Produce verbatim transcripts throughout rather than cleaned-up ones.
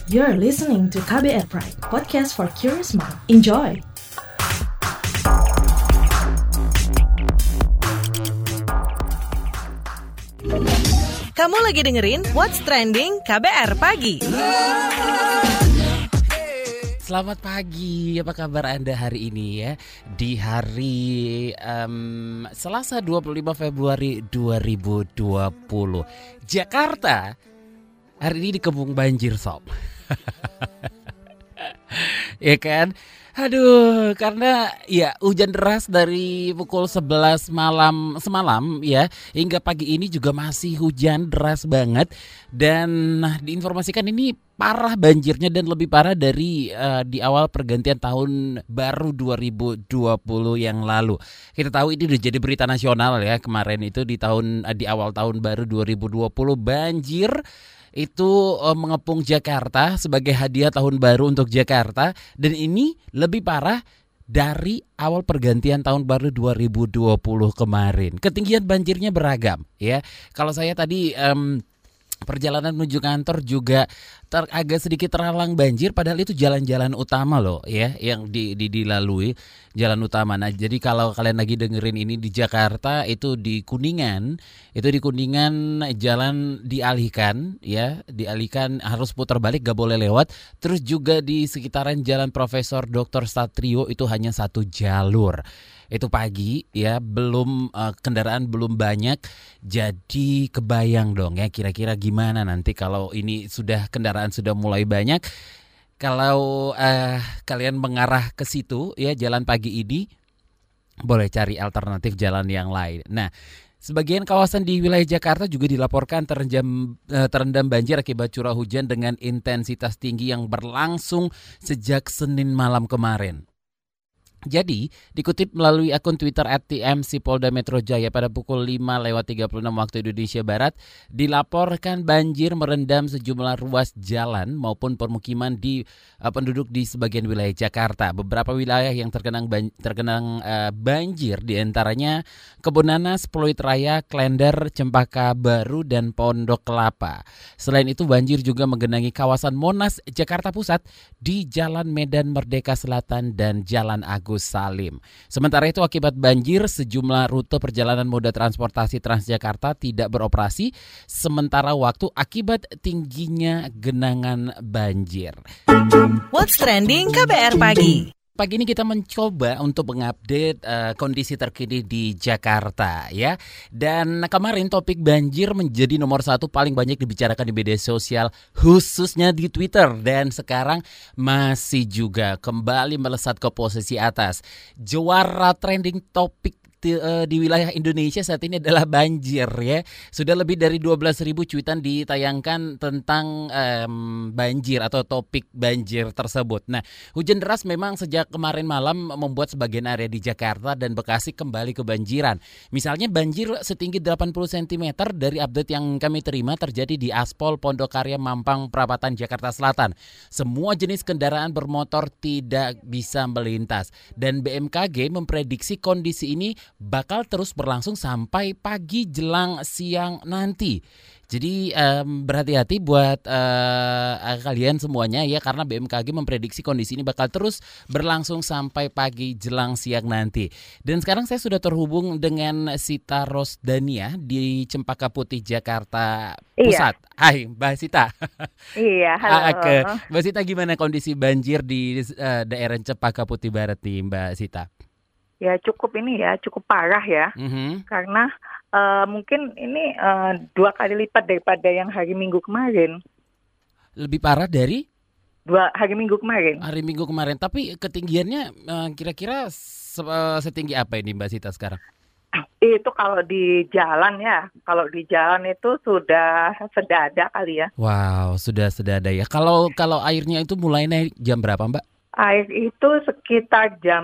You're listening to K B R Pride, podcast for curious mind. Enjoy! Kamu lagi dengerin What's Trending K B R Pagi. Selamat pagi, apa kabar Anda hari ini ya? Di hari um, Selasa dua puluh lima Februari dua ribu dua puluh. Jakarta hari ini dikepung banjir sob. Ya kan? Aduh, karena ya hujan deras dari pukul sebelas malam semalam ya hingga pagi ini juga masih hujan deras banget. Dan nah, diinformasikan ini parah banjirnya dan lebih parah dari uh, di awal pergantian tahun baru dua ribu dua puluh yang lalu. Kita tahu ini udah jadi berita nasional ya, kemarin itu di tahun uh, di awal tahun baru dua ribu dua puluh banjir itu uh, mengepung Jakarta sebagai hadiah tahun baru untuk Jakarta, dan ini lebih parah dari awal pergantian tahun baru dua ribu dua puluh kemarin. Ketinggian banjirnya beragam ya. Kalau saya tadi um, perjalanan menuju kantor juga ter, agak sedikit terhalang banjir, padahal itu jalan-jalan utama loh ya yang di, di, dilalui jalan utama. Nah, jadi kalau kalian lagi dengerin ini di Jakarta, itu di Kuningan, itu di Kuningan jalan dialihkan ya, dialihkan harus putar balik, gak boleh lewat. Terus juga di sekitaran Jalan Profesor Doktor Satrio itu hanya satu jalur. Itu pagi ya, belum uh, kendaraan belum banyak. Jadi kebayang dong ya kira-kira gimana nanti kalau ini sudah kendaraan sudah mulai banyak. Kalau uh, kalian mengarah ke situ ya jalan pagi ini, boleh cari alternatif jalan yang lain. Nah, sebagian kawasan di wilayah Jakarta juga dilaporkan terendam, uh, terendam banjir akibat curah hujan dengan intensitas tinggi yang berlangsung sejak Senin malam kemarin. Jadi, dikutip melalui akun Twitter at t m c Polda Metro Jaya pada pukul lima lewat tiga puluh enam waktu Indonesia Barat, dilaporkan banjir merendam sejumlah ruas jalan maupun permukiman di uh, penduduk di sebagian wilayah Jakarta. Beberapa wilayah yang terkenang ban- terkenang uh, banjir diantaranya Kebonanas, Pluit Raya, Klender, Cempaka Baru, dan Pondok Kelapa. Selain itu, banjir juga menggenangi kawasan Monas, Jakarta Pusat di Jalan Medan Merdeka Selatan dan Jalan Agus Salim. Sementara itu, akibat banjir, sejumlah rute perjalanan moda transportasi Transjakarta tidak beroperasi sementara waktu akibat tingginya genangan banjir. What's Trending K B R Pagi. Pagi ini kita mencoba untuk mengupdate uh, kondisi terkini di Jakarta ya. Dan kemarin topik banjir menjadi nomor satu paling banyak dibicarakan di media sosial, khususnya di Twitter. Dan sekarang masih juga kembali melesat ke posisi atas. Juara trending topik Di, uh, di wilayah Indonesia saat ini adalah banjir ya. Sudah lebih dari dua belas ribu cuitan ditayangkan tentang um, banjir atau topik banjir tersebut. Nah, hujan deras memang sejak kemarin malam membuat sebagian area di Jakarta dan Bekasi kembali kebanjiran. Misalnya banjir setinggi delapan puluh sentimeter dari update yang kami terima terjadi di Aspol Pondokarya Mampang Perapatan Jakarta Selatan. Semua jenis kendaraan bermotor tidak bisa melintas dan B M K G memprediksi kondisi ini bakal terus berlangsung sampai pagi jelang siang nanti. Jadi um, berhati-hati buat uh, kalian semuanya ya, karena B M K G memprediksi kondisi ini bakal terus berlangsung sampai pagi jelang siang nanti. Dan sekarang saya sudah terhubung dengan Sita Rosdania di Cempaka Putih, Jakarta Pusat. Iya. Hai Mbak Sita. Iya, halo. Oke. Mbak Sita, gimana kondisi banjir di uh, daerah Cempaka Putih Barat nih Mbak Sita? Ya cukup ini ya, cukup parah ya, Mm-hmm. karena uh, mungkin ini uh, dua kali lipat daripada yang hari Minggu kemarin. Lebih parah dari? Dua hari Minggu kemarin. Hari Minggu kemarin, tapi ketinggiannya uh, kira-kira se- uh, setinggi apa ini Mbak Sita sekarang? Itu kalau di jalan ya, kalau di jalan itu sudah sedada kali ya. Wow, sudah sedada ya. Kalau kalau airnya itu mulai naik jam berapa Mbak? Air itu sekitar jam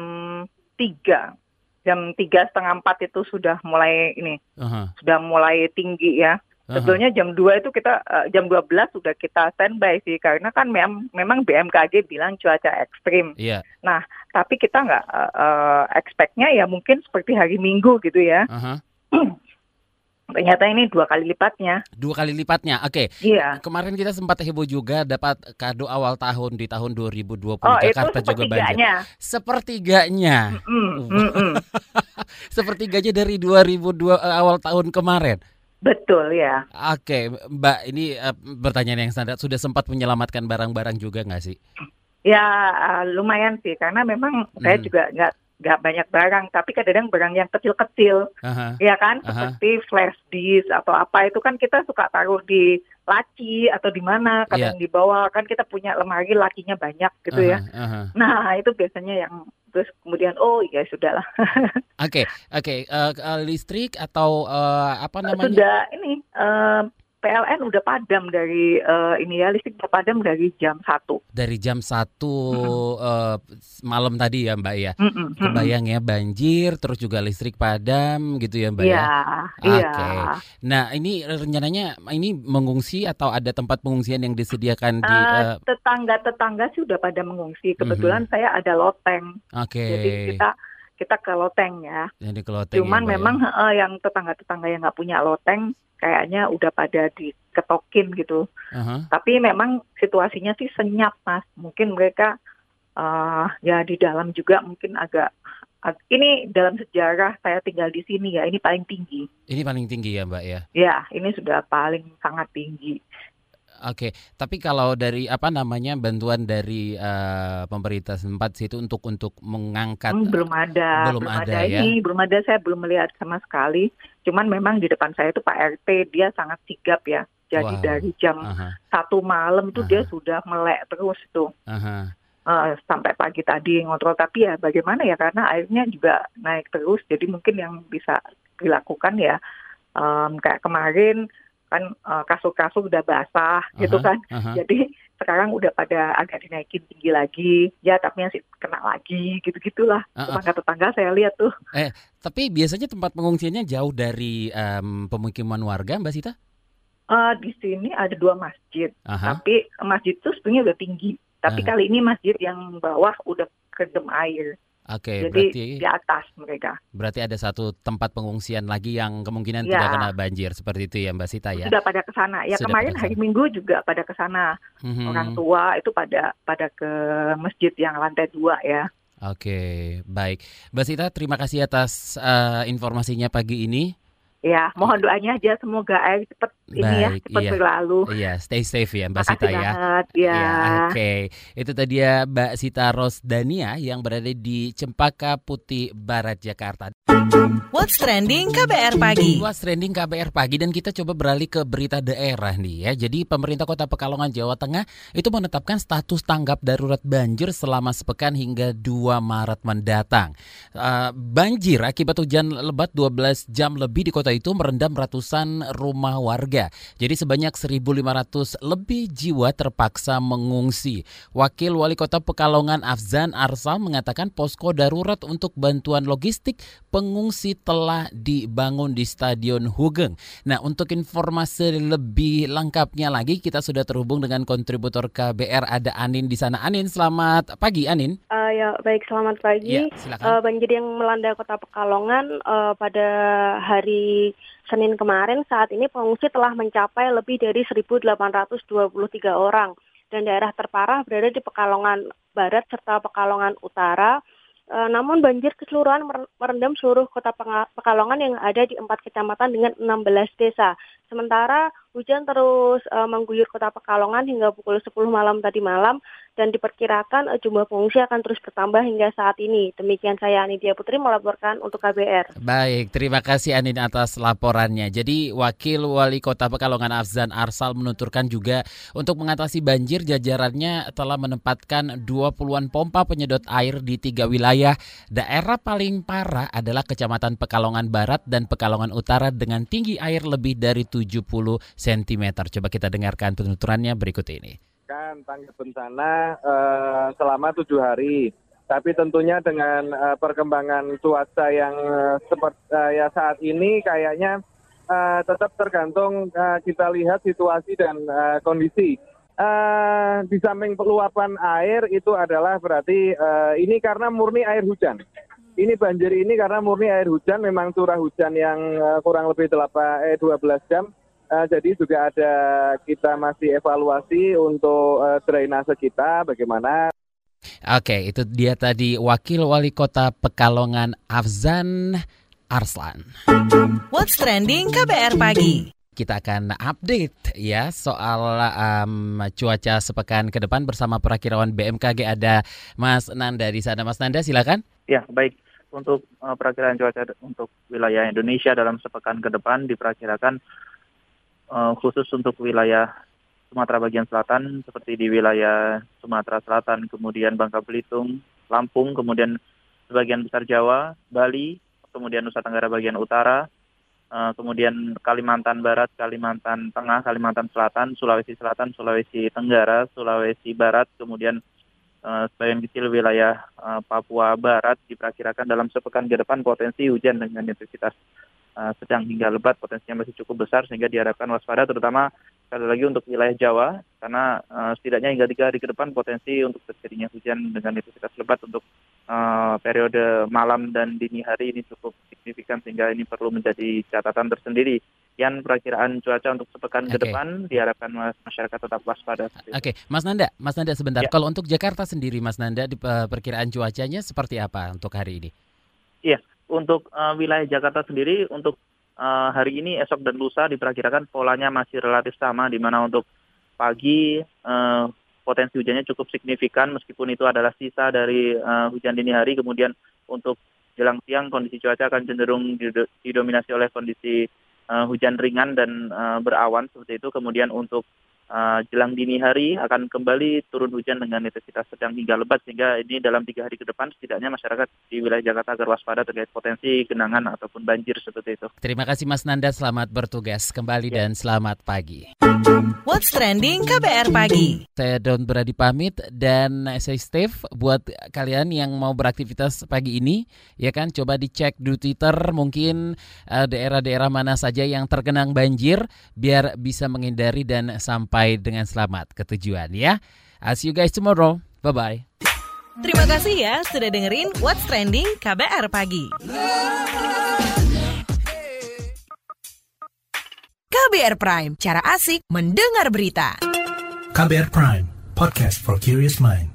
tiga, jam tiga setengah empat itu sudah mulai ini, Uh-huh. sudah mulai tinggi ya. Uh-huh. Sebetulnya jam dua itu kita uh, jam dua belas sudah kita standby sih, karena kan mem- memang B M K G bilang cuaca ekstrim. Iya. Nah, tapi kita nggak uh, uh, expect-nya ya mungkin seperti hari Minggu gitu ya. Uh-huh. Ternyata ini dua kali lipatnya. Dua kali lipatnya, oke. Iya. Kemarin kita sempat heboh juga dapat kado awal tahun di tahun dua ribu dua puluh Oh, itu Jakarta juga banjir. sepertiganya. Sepertiganya. Mm-mm, Uh. mm-mm. Sepertiganya dari dua ribu dua eh, awal tahun kemarin. Betul ya. Oke, Mbak, ini eh, pertanyaan yang standar. Sudah sempat menyelamatkan barang-barang juga nggak sih? Ya uh, lumayan sih, karena memang saya Mhm. juga nggak nggak banyak barang, tapi kadang-kadang barang yang kecil-kecil, Aha, ya kan, aha. seperti flash disk atau apa itu kan kita suka taruh di laci atau di mana, kadang Iya. di bawah, kan kita punya lemari lacinya banyak gitu ya. Aha, aha. Nah itu biasanya yang terus kemudian oh ya sudahlah. Oke, oke. Eh, eh, listrik atau eh, apa namanya? Sudah ini eh, P L N udah padam dari eh, ini ya, listrik udah padam dari jam satu. Dari jam satu eh, malam tadi ya Mbak ya. Mm-mm, mm-mm. Kebayang ya banjir, terus juga listrik padam gitu ya Mbak Iya, ya. iya. Oke. Nah ini rencananya ini mengungsi atau ada tempat pengungsian yang disediakan di? Eh, eh, tetangga-tetangga sih udah pada mengungsi. Kebetulan saya ada loteng, Oke. jadi kita kita ke loteng ya. Jadi ke loteng ya, Cuman Mbak, ya. memang eh, yang tetangga-tetangga yang nggak punya loteng kayaknya udah pada diketokin gitu. Aha. Tapi memang situasinya sih senyap Mas. Mungkin mereka eh, ya di dalam juga mungkin agak ag- ini dalam sejarah saya tinggal di sini ya, ini paling tinggi. Ini paling tinggi ya Mbak ya. Ya, ini sudah paling sangat tinggi. Oke, tapi kalau dari apa namanya bantuan dari eh, pemerintah setempat situ untuk untuk mengangkat Hmm, belum ada, belum belum ada ada ya? ini, belum ada, saya belum melihat sama sekali. Cuman memang di depan saya itu Pak R T, dia sangat sigap ya. Jadi Wow. dari jam Aha, satu malam itu Aha. dia sudah melek terus tuh. aha. Eh, sampai pagi tadi ngontrol, tapi ya bagaimana ya, karena airnya juga naik terus. Jadi mungkin yang bisa dilakukan ya em, kayak kemarin kan eh, kasur-kasur udah basah gitu Aha, kan. aha. Jadi sekarang udah pada agak dinaikin tinggi lagi, ya tapi masih kena lagi gitu-gitulah. Ah, ah. Tetangga-tetangga saya lihat tuh. Tapi biasanya tempat pengungsiannya jauh dari em, pemukiman warga, Mbak Sita? Eh, di sini ada dua masjid, Aha. tapi masjid itu sebenarnya udah tinggi. Tapi Ah. kali ini masjid yang bawah udah kedem air, Oke, jadi berarti di atas mereka. berarti ada satu tempat pengungsian lagi yang kemungkinan Ya. tidak kena banjir seperti itu ya Mbak Sita ya. Sudah pada ke sana. Ya Sudah kemarin pada hari kesana. Minggu juga pada ke sana. Mhm. Orang tua itu pada pada ke masjid yang lantai dua ya. Oke, baik. Mbak Sita, terima kasih atas eh, informasinya pagi ini. Ya, mohon doanya aja semoga air cepat ini ya, Baik, cepat iya. berlalu. Iya, stay safe ya Mbak Makasih Sita ya. banget ya. Ya, oke. Itu tadi ya Mbak Sita Rosdania yang berada di Cempaka Putih Barat, Jakarta. What's Trending K B R Pagi. What's Trending K B R Pagi, dan kita coba beralih ke berita daerah nih ya. Jadi pemerintah Kota Pekalongan, Jawa Tengah itu menetapkan status tanggap darurat banjir selama sepekan hingga dua Maret mendatang. Uh, banjir akibat hujan lebat dua belas jam lebih di kota itu merendam ratusan rumah warga. Jadi sebanyak seribu lima ratus lebih jiwa terpaksa mengungsi. Wakil Wali Kota Pekalongan Afzan Arsal mengatakan posko darurat untuk bantuan logistik pengungsi telah dibangun di Stadion Hugeng. Nah, untuk informasi lebih lengkapnya lagi kita sudah terhubung dengan kontributor K B R, ada Anin di sana. Anin, selamat pagi Anin. Uh, ya baik, selamat pagi. Ya, silakan. Uh, banjir yang melanda Kota Pekalongan uh, pada hari Senin kemarin, saat ini pengungsi telah mencapai lebih dari seribu delapan ratus dua puluh tiga orang, dan daerah terparah berada di Pekalongan Barat serta Pekalongan Utara. Uh, namun banjir keseluruhan merendam seluruh Kota Pekalongan yang ada di empat kecamatan dengan enam belas desa. Sementara hujan terus uh, mengguyur Kota Pekalongan hingga pukul sepuluh malam tadi malam, dan diperkirakan uh, jumlah pengungsi akan terus bertambah hingga saat ini. Demikian saya Anidia Putri melaporkan untuk K B R. Baik, terima kasih Anin atas laporannya. Jadi Wakil Wali Kota Pekalongan Afzan Arsal menuturkan juga untuk mengatasi banjir jajarannya telah menempatkan dua puluhan pompa penyedot air di tiga wilayah. Daerah paling parah adalah Kecamatan Pekalongan Barat dan Pekalongan Utara dengan tinggi air lebih dari tujuh puluh sentimeter. Coba kita dengarkan penuturannya berikut ini. Kan tanggap bencana uh, selama tujuh hari. Tapi tentunya dengan uh, perkembangan cuaca yang uh, seperti uh, ya saat ini kayaknya uh, tetap tergantung uh, kita lihat situasi dan uh, kondisi. Uh, di samping peluapan air itu adalah berarti uh, ini karena murni air hujan. ini banjir ini karena murni air hujan, memang curah hujan yang uh, kurang lebih delapan, eh, dua belas jam. Uh, jadi juga ada kita masih evaluasi untuk uh, drainase kita bagaimana. Oke, itu dia tadi Wakil Wali Kota Pekalongan Afzan Arslan. What's Trending K B R Pagi. Kita akan update ya soal um, cuaca sepekan ke depan bersama perakiraan B M K G. Ada Mas Nanda di sana. Mas Nanda, silakan. Ya, baik. Untuk uh, perakiraan cuaca untuk wilayah Indonesia dalam sepekan ke depan diperkirakan uh, khusus untuk wilayah Sumatera bagian selatan seperti di wilayah Sumatera Selatan, kemudian Bangka Belitung, Lampung, kemudian sebagian besar Jawa, Bali, kemudian Nusa Tenggara bagian utara, uh, kemudian Kalimantan Barat, Kalimantan Tengah, Kalimantan Selatan, Sulawesi Selatan, Sulawesi Tenggara, Sulawesi Barat, kemudian uh, sebagian kecil wilayah uh, Papua Barat diperkirakan dalam sepekan ke depan potensi hujan dengan intensitas uh, sedang hingga lebat, potensinya masih cukup besar sehingga diharapkan waspada terutama sekali lagi untuk wilayah Jawa, karena uh, setidaknya hingga tiga hari ke depan potensi untuk terjadinya hujan dengan intensitas lebat untuk uh, periode malam dan dini hari ini cukup signifikan sehingga ini perlu menjadi catatan tersendiri. Yang perakiraan cuaca untuk sepekan okay. ke depan diharapkan masyarakat tetap waspada. Oke, okay. Mas Nanda, Mas Nanda sebentar. Ya. Kalau untuk Jakarta sendiri, Mas Nanda, di uh, perkiraan cuacanya seperti apa untuk hari ini? Iya, untuk uh, wilayah Jakarta sendiri untuk Uh, hari ini, esok dan lusa diperkirakan polanya masih relatif sama, di mana untuk pagi uh, potensi hujannya cukup signifikan meskipun itu adalah sisa dari uh, hujan dini hari. Kemudian untuk jelang siang kondisi cuaca akan cenderung didominasi oleh kondisi uh, hujan ringan dan uh, berawan seperti itu. Kemudian untuk Uh, jelang dini hari akan kembali turun hujan dengan intensitas sedang hingga lebat sehingga ini dalam tiga hari ke depan setidaknya masyarakat di wilayah Jakarta agar waspada terkait potensi genangan ataupun banjir seperti itu. Terima kasih Mas Nanda, selamat bertugas kembali ya. Dan selamat pagi. What's Trending K B R Pagi. Saya Don Brady pamit dan saya Steve. Buat kalian yang mau beraktivitas pagi ini ya kan, coba dicek di Twitter mungkin uh, daerah-daerah mana saja yang tergenang banjir biar bisa menghindari dan sampai Sampai dengan selamat ke tujuan ya. I'll see you guys tomorrow. Bye-bye. Terima kasih ya sudah dengerin What's Trending K B R Pagi. K B R Prime, cara asik mendengar berita. K B R Prime, podcast for curious mind.